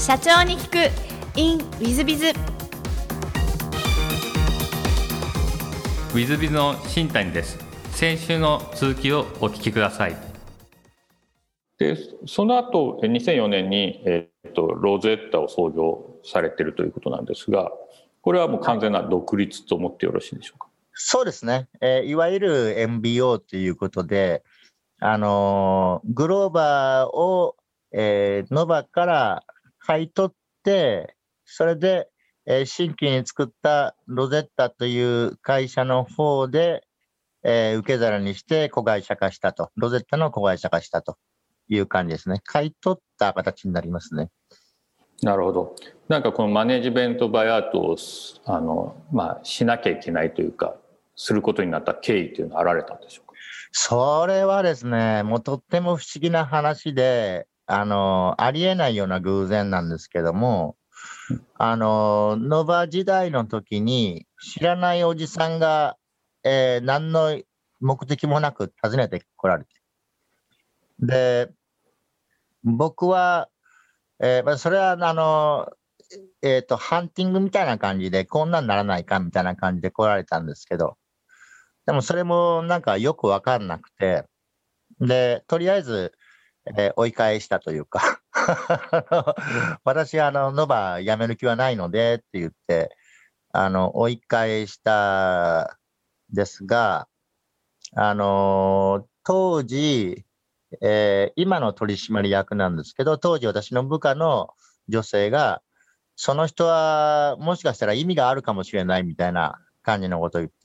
社長に聞く in ウィズビズ。 ウィズビズの新谷です。先週の続きをお聞きください。 でその後2004年に、ローゼッタを創業されているということなんですが、これはもう完全な独立と思ってよろしいでしょうか。 そうですね、いわゆる MBO ということで、グローバーを、ノバから買い取って、それで、新規に作ったロゼッタという会社の方で、受け皿にして子会社化したと、ロゼッタの子会社化したという感じですね。買い取った形になりますね。 なるほど。なんかこのマネジメントバイアウトをしなきゃいけないというか、することになった経緯というのはあられたんでしょうか。 それはですね、もうとっても不思議な話で、ありえないような偶然なんですけども、ノバ時代の時に知らないおじさんが、何の目的もなく訪ねてこられて、で、僕は、それはハンティングみたいな感じで、こんなんならないかみたいな感じで来られたんですけど、でもそれもなんかよくわかんなくて、で、とりあえず、追い返したというか私はノバ辞める気はないのでって言って、追い返したですが、当時、今の取締役なんですけど、当時私の部下の女性が、その人はもしかしたら意味があるかもしれないみたいな感じのことを言って、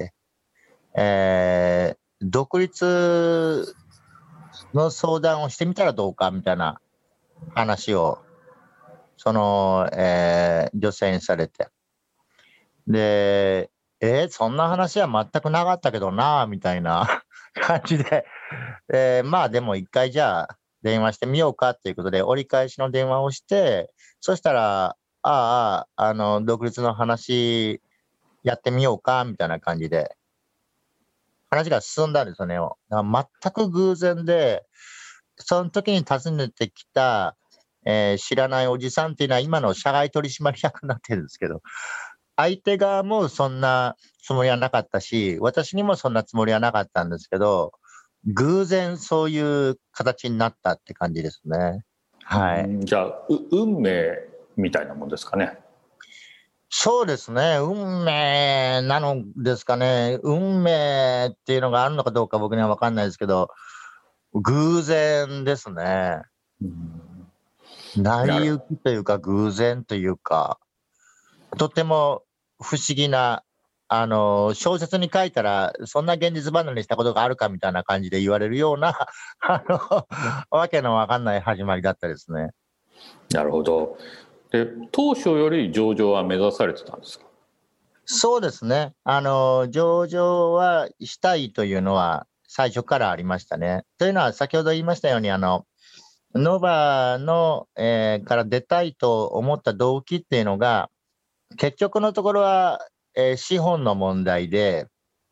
独立の相談をしてみたらどうかみたいな話をその、女性にされて、で、そんな話は全くなかったけどなみたいな感じで、まあでも一回じゃあ電話してみようかっていうことで折り返しの電話をして、そしたら独立の話やってみようかみたいな感じで話が進んだんですよね。だから全く偶然で、その時に訪ねてきた、知らないおじさんっていうのは今の社外取締役になってるんですけど、相手側もそんなつもりはなかったし、私にもそんなつもりはなかったんですけど、偶然そういう形になったって感じですね。はい。 じゃあ運命みたいなもんですかね。 そうですね。運命なのですかね。運命っていうのがあるのかどうか僕には分かんないですけど、偶然ですね。成り行きというか偶然というか、とても不思議な、小説に書いたらそんな現実離れしたことがあるかみたいな感じで言われるようなわけのわかんない始まりだったですね。 なるほど。で、当初より上場は目指されてたんですか。 そうですね。上場はしたいというのは最初からありましたね。というのは先ほど言いましたように、ノバの、から出たいと思った動機っていうのが、結局のところは、資本の問題で、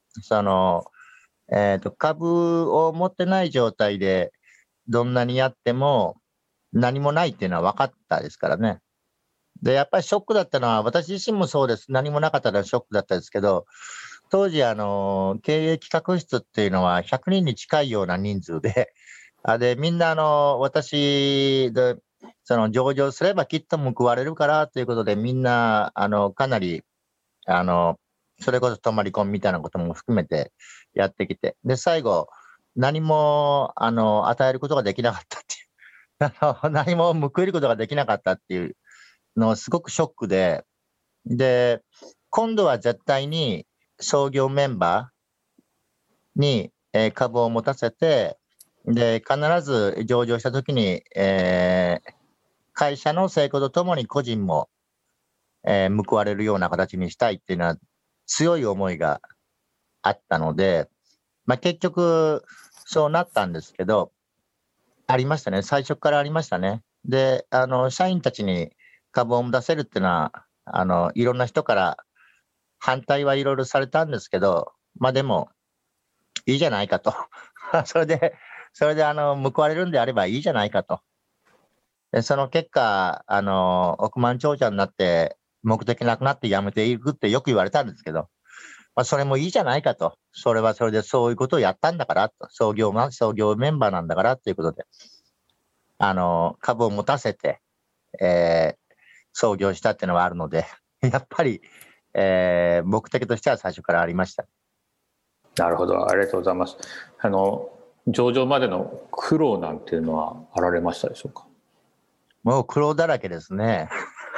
株を持ってない状態でどんなにやっても何もないっていうのは分かったですからね。で、やっぱりショックだったのは、私自身もそうです。何もなかったらショックだったですけど、当時、経営企画室っていうのは100人に近いような人数で、で、みんな、私で、上場すればきっと報われるからということで、みんな、かなり、それこそ泊まり込みみたいなことも含めてやってきて、で、最後、何も、与えることができなかったっていう、何も報いることができなかったっていうのすごくショックで、で、今度は絶対に創業メンバーに、株を持たせて、で、必ず上場したときに、会社の成功とともに個人も、報われるような形にしたいっていうのは強い思いがあったので、結局そうなったんですけど、ありましたね。最初からありましたね。で、社員たちに株を出せるっていうのは、いろんな人から反対はいろいろされたんですけど、でも、いいじゃないかと。それで報われるんであればいいじゃないかとでその結果、億万長者になって、目的なくなって辞めていくってよく言われたんですけど、それもいいじゃないかと。それはそれでそういうことをやったんだからと。創業メンバーなんだからということで、株を持たせて、創業したっていうのはあるので、やっぱり、目的としては最初からありました。 なるほど、ありがとうございます。上場までの苦労なんていうのはあられましたでしょうか？ もう苦労だらけですね。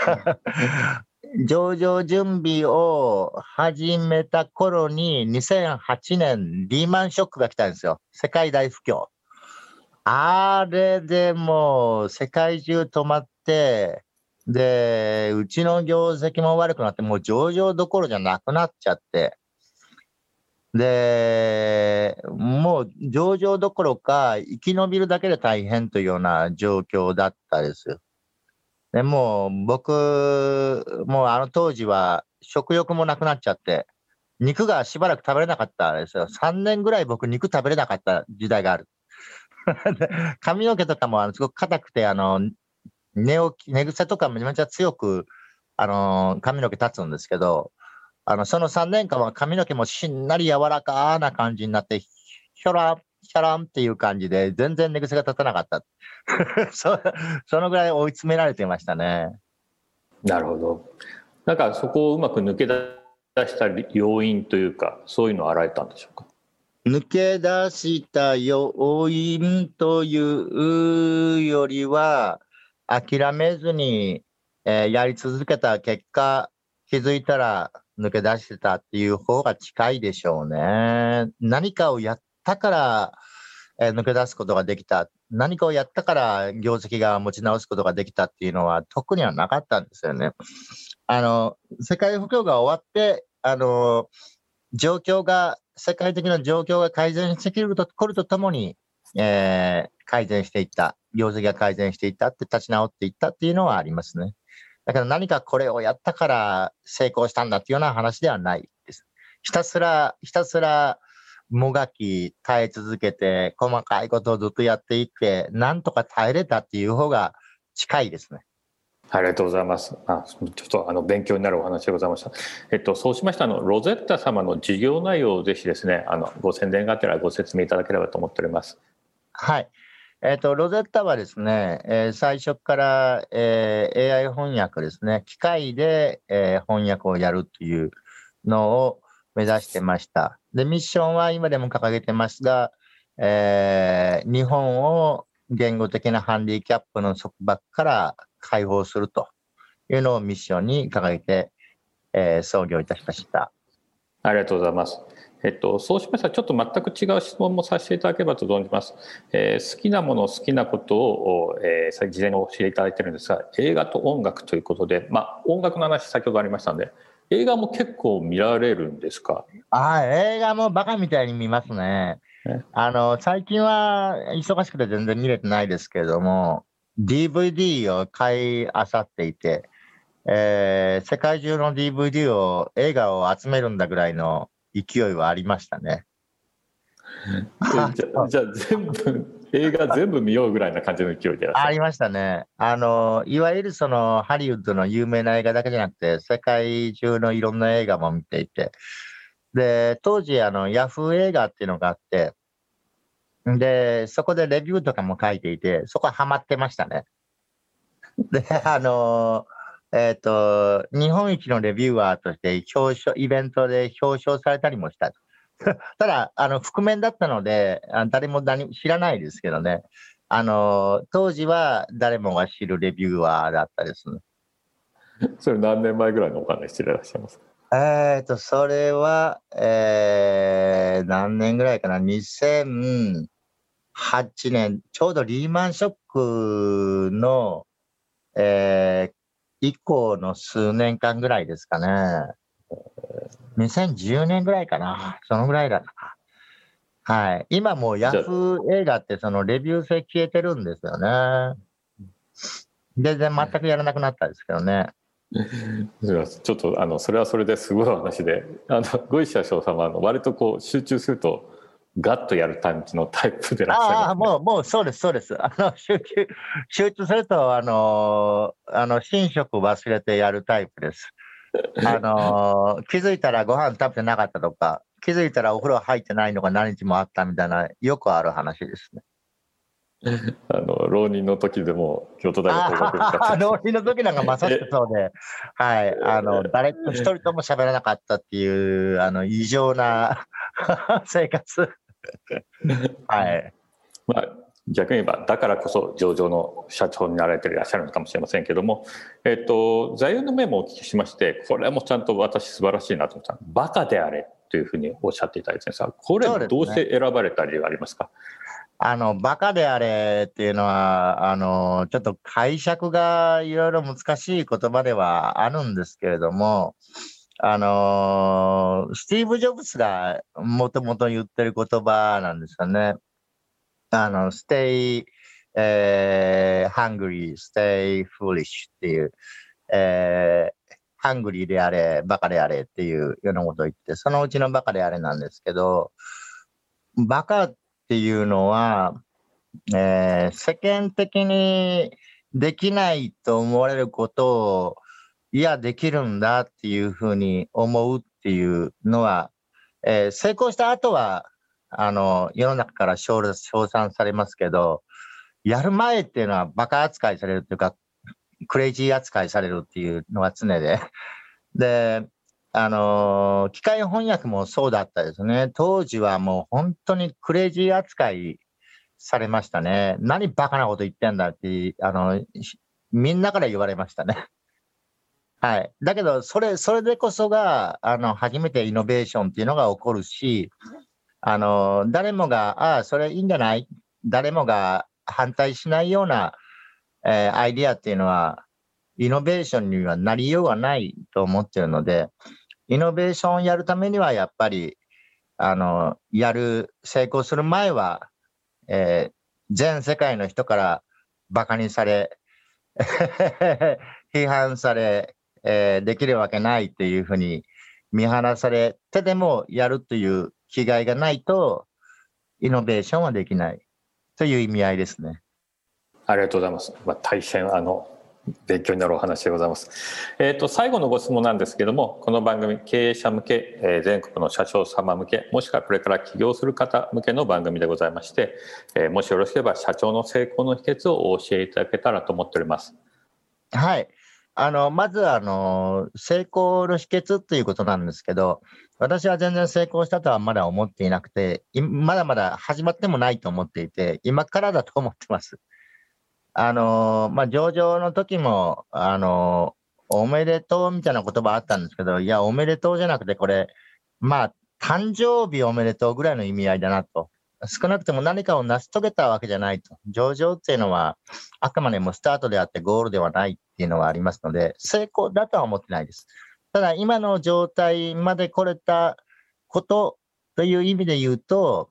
上場準備を始めた頃に2008年リーマンショックが来たんですよ。世界大不況。あれでもう世界中止まって、で、うちの業績も悪くなって、もう上場どころじゃなくなっちゃって、で、もう上場どころか生き延びるだけで大変というような状況だったですよ。でもう僕、もうあの当時は食欲もなくなっちゃって、肉がしばらく食べれなかったですよ。3年ぐらい僕肉食べれなかった時代がある。髪の毛とかもすごく硬くて、寝癖とかめちゃめちゃ強く、髪の毛立つんですけど、その3年間は髪の毛もしんなり柔らかな感じになって、ひょらんっていう感じで、全然寝癖が立たなかった。そのぐらい追い詰められていましたね。 なるほど。なんかそこをうまく抜け出した要因というか、そういうのをあられたんでしょうか？ 抜け出した要因というよりは、諦めずに、やり続けた結果、気づいたら抜け出してたっていう方が近いでしょうね。何かをやったから、抜け出すことができた。何かをやったから業績が持ち直すことができたっていうのは特にはなかったんですよね。世界不況が終わって、世界的な状況が改善してくるとともに、改善していった。業績が改善していったって立ち直っていったっていうのはありますね。だから何かこれをやったから成功したんだっていうような話ではないです。ひたすらもがき耐え続けて細かいことをずっとやっていってなんとか耐えれたっていう方が近いですね。 ありがとうございます。ちょっと勉強になるお話でございました。そうしましたロゼッタ様の事業内容をぜひですねご宣伝があったらご説明いただければと思っております。 はい。ロゼッタはですね、最初から、AI 翻訳ですね、機械で、翻訳をやるというのを目指してました。で、ミッションは今でも掲げてますが、日本を言語的なハンディキャップの束縛から解放するというのをミッションに掲げて、創業いたしました。 ありがとうございます。そうしましたらちょっと全く違う質問もさせていただければと存じます。好きなもの好きなことを、事前に教えていただいているんですが、映画と音楽ということで、音楽の話先ほどありましたので、映画も結構見られるんですか？ 映画もバカみたいに見ますね。最近は忙しくて全然見れてないですけれども、DVD を買い漁っていて、世界中の DVD 映画を集めるんだぐらいの勢いはありましたね。 じゃあ映画全部見ようぐらいな感じの勢いでありましたね。いわゆるそのハリウッドの有名な映画だけじゃなくて、世界中のいろんな映画も見ていて、で、当時ヤフー映画っていうのがあって、で、そこでレビューとかも書いていて、そこはハマってましたね。で、日本一のレビューアーとしてイベントで表彰されたりもした。ただ、覆面だったので、誰も知らないですけどね。当時は誰もが知るレビューアーだったですね。 それ何年前ぐらいのお話していらっしゃいますか？ それは、何年ぐらいかな、2008年、ちょうどリーマンショックの、以降の数年間ぐらいですかね。2010年ぐらいかな。そのぐらいだな。はい。今もうヤフー映画ってそのレビュー制消えてるんですよね。全くやらなくなったんですけどね。 ちょっとそれはそれですごい話で、ご一社匠様割とこう集中するとガッとやる感じのタイプでいらっしゃいます、ね。 ああ、もうそうです、そうです。集中すると、寝食忘れてやるタイプです。気づいたらご飯食べてなかったとか、気づいたらお風呂入ってないのが何日もあったみたいな、よくある話ですね。 浪人の時でも京都大学法学部だった浪人の時なんかまさしくそうで、はい、誰と一人とも喋らなかったっていう、異常な生活。はい。 まあ、逆に言えばだからこそ上場の社長になられていらっしゃるのかもしれませんけども、座右の銘もお聞きしまして、これもちゃんと私素晴らしいなと思ったバカであれというふうにおっしゃっていただいてるんですが、これどうして選ばれた理由はありますか？ バカであれっていうのは、ちょっと解釈がいろいろ難しい言葉ではあるんですけれども、スティーブ・ジョブズがもともと言ってる言葉なんですよね。stay hungry, stay foolish っていう、ハングリーであれ、バカであれっていうようなことを言って、そのうちのバカであれなんですけど、バカっていうのは、世間的にできないと思われることを、いや、できるんだっていうふうに思うっていうのは、成功した後は、世の中から称賛されますけど、やる前っていうのはバカ扱いされるというか、クレイジー扱いされるっていうのが常で。で、機械翻訳もそうだったですね。当時はもう本当にクレイジー扱いされましたね。何バカなこと言ってんだって、みんなから言われましたね。はい。だけど、それでこそが、初めてイノベーションっていうのが起こるし、誰もが、それいいんじゃない？誰もが反対しないような、アイディアっていうのは、イノベーションにはなりようがないと思ってるので、イノベーションをやるためには、やっぱり、成功する前は、全世界の人からバカにされ、批判され、できるわけないっていうふうに見放されてでもやるという気概がないと、イノベーションはできないという意味合いですね。 ありがとうございます。大変勉強になるお話でございます。最後のご質問なんですけども、この番組経営者向け、全国の社長様向け、もしくはこれから起業する方向けの番組でございまして、もしよろしければ社長の成功の秘訣をお教えいただけたらと思っております。 はい。まず成功の秘訣ということなんですけど、私は全然成功したとはまだ思っていなくて、まだまだ始まってもないと思っていて、今からだと思ってます。上場の時も、おめでとうみたいな言葉あったんですけど、いや、おめでとうじゃなくて、これ、誕生日おめでとうぐらいの意味合いだなと。少なくとも何かを成し遂げたわけじゃないと。上場っていうのは、あくまでもスタートであってゴールではないっていうのがありますので、成功だとは思ってないです。ただ、今の状態まで来れたことという意味で言うと、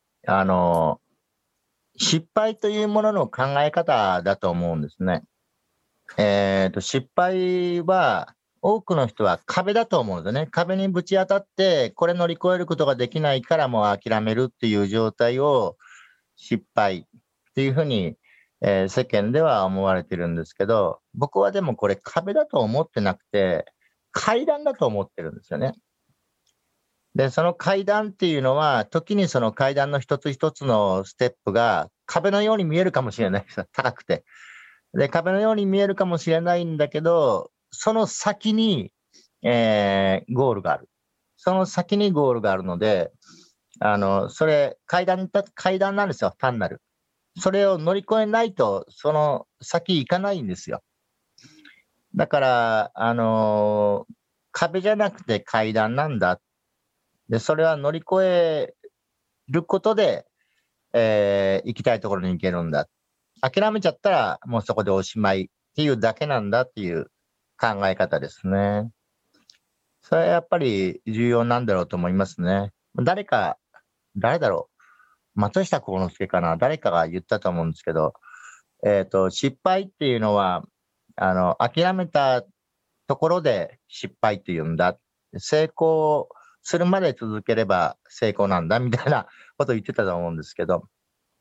失敗というものの考え方だと思うんですね。失敗は多くの人は壁だと思うんですね。壁にぶち当たってこれ乗り越えることができないからもう諦めるっていう状態を失敗っていうふうに、世間では思われてるんですけど、僕はでもこれ壁だと思ってなくて階段だと思ってるんですよね。で、その階段っていうのは、時にその階段の一つ一つのステップが壁のように見えるかもしれないです。高くて。で、壁のように見えるかもしれないんだけど、その先に、ゴールがある。その先にゴールがあるので、それ、階段なんですよ、単なる。それを乗り越えないと、その先行かないんですよ。だから、壁じゃなくて階段なんだ。で、それは乗り越えることで、行きたいところに行けるんだ。諦めちゃったらもうそこでおしまいっていうだけなんだっていう考え方ですね。それはやっぱり重要なんだろうと思いますね。誰だろう。松下幸之助かな。誰かが言ったと思うんですけど、失敗っていうのは、諦めたところで失敗っていうんだ。成功するまで続ければ成功なんだみたいなことを言ってたと思うんですけど、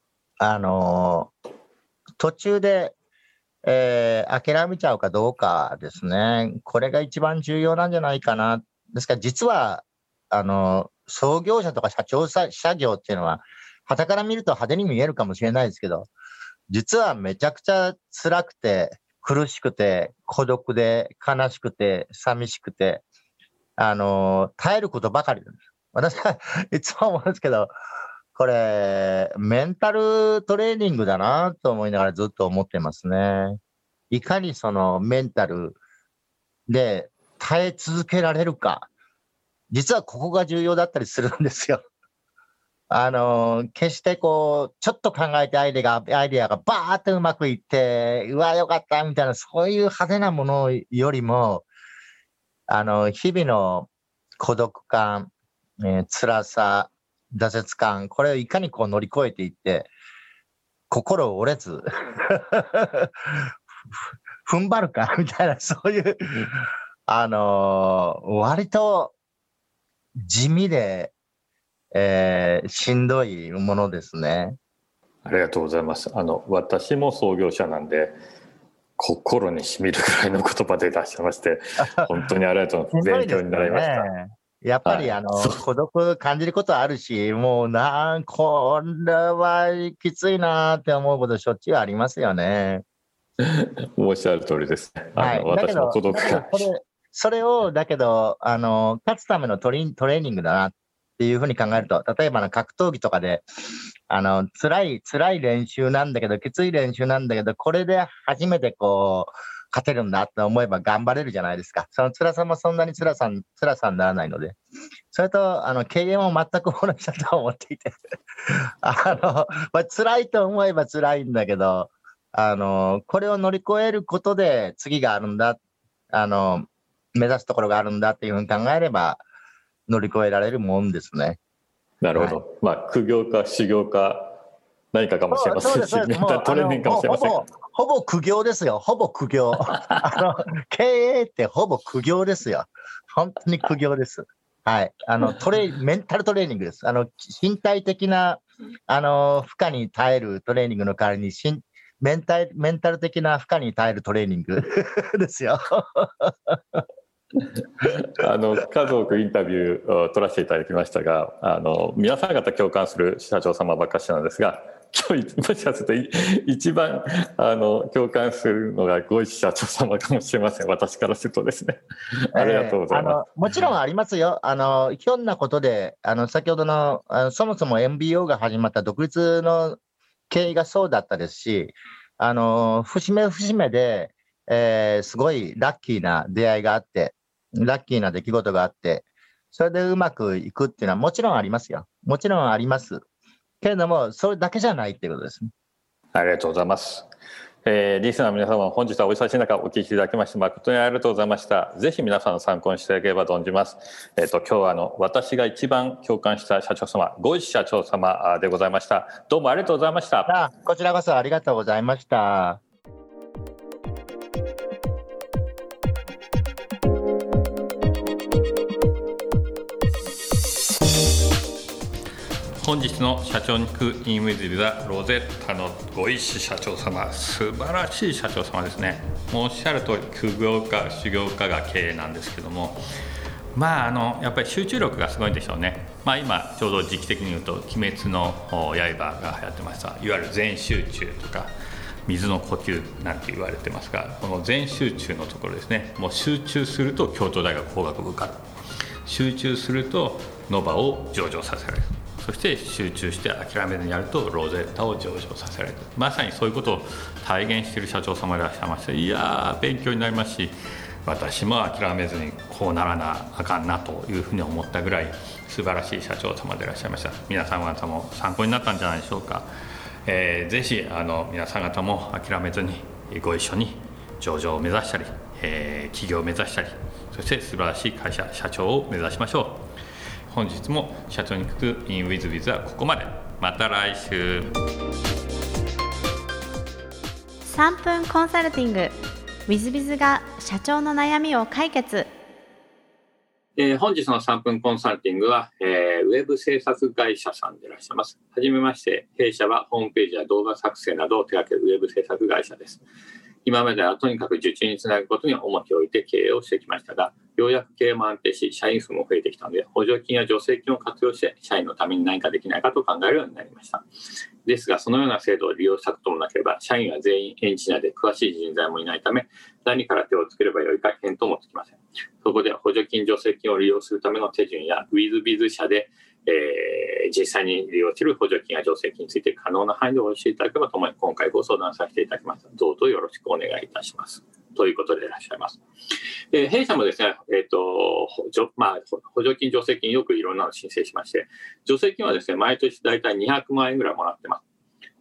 途中で、諦めちゃうかどうかですね。これが一番重要なんじゃないかな。ですから実は、創業者とか社長社業っていうのは、傍から見ると派手に見えるかもしれないですけど、実はめちゃくちゃ辛くて、苦しくて、孤独で、悲しくて、寂しくて、耐えることばかりなんです。私はいつも思うんですけど、これ、メンタルトレーニングだなと思いながらずっと思ってますね。いかにそのメンタルで耐え続けられるか。実はここが重要だったりするんですよ。決してこう、ちょっと考えてアイデアがバーってうまくいって、うわ、よかったみたいな、そういう派手なものよりも、日々の孤独感、辛さ、挫折感、これをいかにこう乗り越えていって、心折れず、踏ん張るかみたいな、そういう、割と地味で、しんどいものですね。 ありがとうございます。私も創業者なんで、心にしみるぐらいの言葉でいらっしゃいまして、本当にありがとうございます。勉強になりました。 やっぱり、孤独感じることあるし、もうこれはきついなって思うことしょっちゅうありますよね。 おっしゃる通りですね。 はい、 私も孤独感。 それを、だけど、勝つためのトレーニングだなっていうふうに考えると、例えば格闘技とかで、辛い練習なんだけど、きつい練習なんだけど、これで初めてこう、勝てるんだって思えば頑張れるじゃないですか。その辛さもそんなに辛さにならないので。それと、経営も全く同じだと思っていて。辛いと思えば辛いんだけど、これを乗り越えることで次があるんだ、目指すところがあるんだっていうふうに考えれば、乗り越えられるもんですね。 なるほど。はい、苦行か修行か何かかもしれませんし、メンタルトレーニングかもしれません。 ほぼ苦行ですよ。ほぼ苦行。経営ってほぼ苦行ですよ。本当に苦行です。はい。メンタルトレーニングです。身体的な、負荷に耐えるトレーニングの代わりに、メンタル的な負荷に耐えるトレーニングですよ。 数多くインタビューを取らせていただきましたが、皆さん方共感する社長様ばっかしなんですが、今日もしかすると一番共感するのが五石社長様かもしれません。私からするとですね。ありがとうございます。 もちろんありますよ。ひょんなことで先ほどのそもそも MBO が始まった独立の経緯がそうだったですし、節目節目で、すごいラッキーな出会いがあって、ラッキーな出来事があって、それでうまくいくっていうのはもちろんありますよ。もちろんあります。けれども、それだけじゃないっていうことですね。 ありがとうございます。リスナーの皆様、本日はお忙しい中お聞きいただきまして誠にありがとうございました。ぜひ皆さんの参考にしていただければと存じます。今日は私が一番共感した社長様、五石社長様でございました。どうもありがとうございました。 こちらこそありがとうございました。 本日の社長に聞く In with the ロゼッタの五石社長様、素晴らしい社長様ですね。もうおっしゃる通り苦行か修行かが経営なんですけども、やっぱり集中力がすごいんでしょうね。今ちょうど時期的に言うと鬼滅の刃が流行ってました。いわゆる全集中とか水の呼吸なんて言われてますが、この全集中のところですね。もう集中すると京都大学工学部受かる、集中するとノバを上場させられる、そして集中して諦めずにやるとロゼッタを上場させられる。まさにそういうことを体現している社長様でいらっしゃいまして、いや勉強になりますし、私も諦めずにこうならなあかんなというふうに思ったぐらい素晴らしい社長様でいらっしゃいました。皆さん方も参考になったんじゃないでしょうか。ぜひ皆さん方も諦めずにご一緒に上場を目指したり、企業を目指したり、そして素晴らしい会社社長を目指しましょう。本日も社長に聞く In with Biz はここまで。また来週。 3分コンサルティング WithBiz が社長の悩みを解決。 本日の3分コンサルティングは、ウェブ制作会社さんでいらっしゃいます。はじめまして、弊社はホームページや動画作成などを手掛けるウェブ制作会社です。今まではとにかく受注につなぐことに重きを置いて経営をしてきましたが、ようやく経営も安定し、社員数も増えてきたので、補助金や助成金を活用して、社員のために何かできないかと考えるようになりました。ですが、そのような制度を利用したこともなければ、社員は全員エンジニアで詳しい人材もいないため、何から手をつければよいか返答もつきません。そこで補助金、助成金を利用するための手順や、WithBiz 社で、実際に利用する補助金や助成金について可能な範囲でお教えいただければと思い、今回ご相談させていただきます。どうぞよろしくお願いいたします。ということでいらっしゃいます。弊社もですね、補助金、助成金よくいろんなの申請しまして、助成金はですね、毎年大体200万円ぐらいもらってます。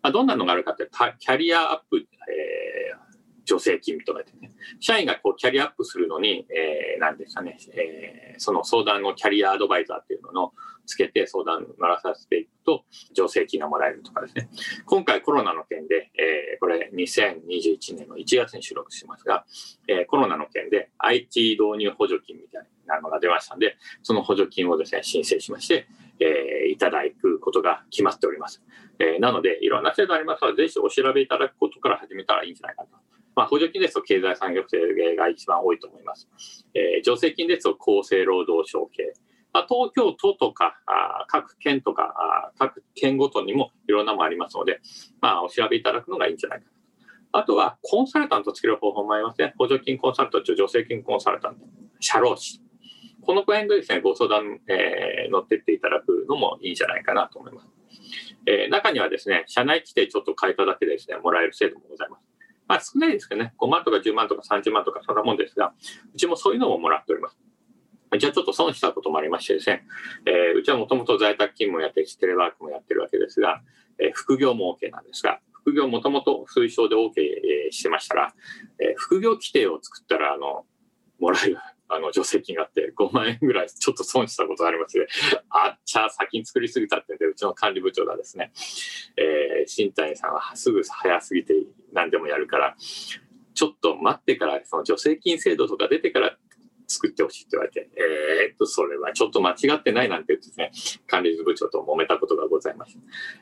どんなのがあるかって、キャリアアップ、助成金とかですね、社員がこうキャリアアップするのに、何ですかね、その相談のキャリアアドバイザーっていうのをつけて相談乗らさせていくと助成金がもらえるとかですね。今回コロナの件で、これ2021年の1月に収録しますが、コロナの件で IT 導入補助金みたいなのが出ましたので、その補助金をですね、申請しまして、いただくことが決まっております。なので、いろんな制度ありますので、ぜひお調べいただくことから始めたらいいんじゃないかと。補助金ですと経済産業省が一番多いと思います。助成金ですと厚生労働省系。東京都とか各県とか各県ごとにもいろんなものありますので、お調べいただくのがいいんじゃないかな。あとはコンサルタントをつける方法もありますね。補助金コンサルタント、助成金コンサルタント、社労士。この辺でですね、ご相談、乗ってっていただくのもいいんじゃないかなと思います。中にはですね、社内規定ちょっと変えただけでですね、もらえる制度もございます。少ないですけどね、5万とか10万とか30万とかそんなもんですが、うちもそういうのももらっております。じゃあちょっと損したこともありましてですね、うちはもともと在宅勤務をやって、テレワークもやってるわけですが、副業も OK なんですが、副業もともと推奨で OK してましたら、副業規定を作ったら、もらえる助成金があって5万円ぐらいちょっと損したことがありますね。先に作りすぎたってんで、うちの管理部長がですね、新谷さんはすぐ早すぎて何でもやるから、ちょっと待ってから、その助成金制度とか出てから作ってほしいって言われて、それはちょっと間違ってないなんて言ってですね、管理部長と揉めたことがございました。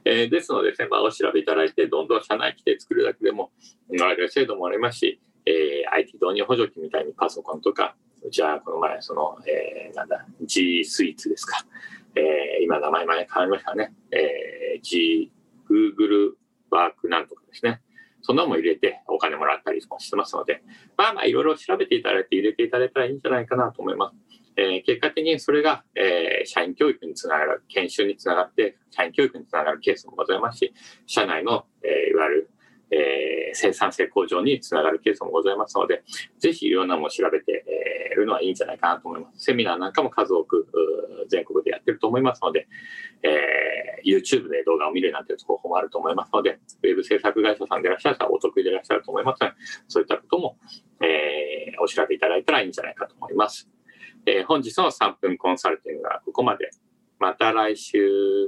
ですのでですね、お調べいただいて、どんどん社内規定作るだけでも、もらえる制度もありますし、IT 導入補助金みたいにパソコンとか、うちはこの前、G スイーツですか。今名前変わりましたね。Google ワークなんとかですね。そんなのも入れてお金もらったりもしてますので、いろいろ調べていただいて入れていただいたらいいんじゃないかなと思います。結果的にそれが、社員教育につながる、研修につながって、社員教育につながるケースもございますし、社内の、いわゆる生産性向上につながるケースもございますので、ぜひいろんなものを調べているのはいいんじゃないかなと思います。セミナーなんかも数多く全国でやってると思いますので、YouTube で動画を見るなんていう方法もあると思いますので、ウェブ制作会社さんでいらっしゃる方はお得意でいらっしゃると思いますので、そういったことも、お調べいただいたらいいんじゃないかと思います。本日の3分コンサルティングはここまで。また来週。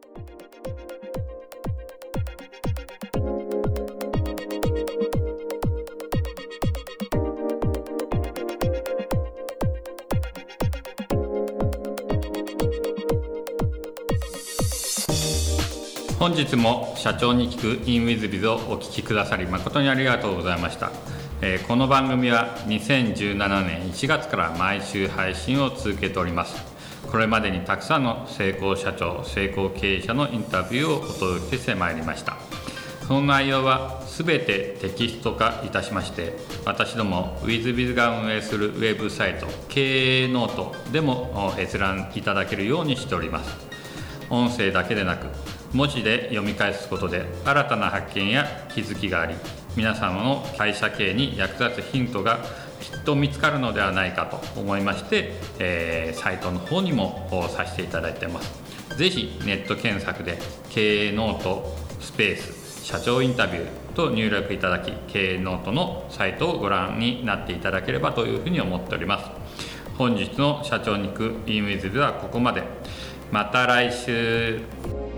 本日も社長に聞く InWithBiz をお聞きくださり誠にありがとうございました。この番組は2017年1月から毎週配信を続けております。これまでにたくさんの成功社長、成功経営者のインタビューをお届けしてまいりました。その内容はすべてテキスト化いたしまして、私ども WithBiz が運営するウェブサイト経営ノートでも閲覧いただけるようにしております。音声だけでなく文字で読み返すことで新たな発見や気づきがあり、皆様の会社経営に役立つヒントがきっと見つかるのではないかと思いまして、サイトの方にもさせていただいています。ぜひネット検索で経営ノートスペース社長インタビューと入力いただき、経営ノートのサイトをご覧になっていただければというふうに思っております。本日の社長に行く InWithBiz はここまで。また来週。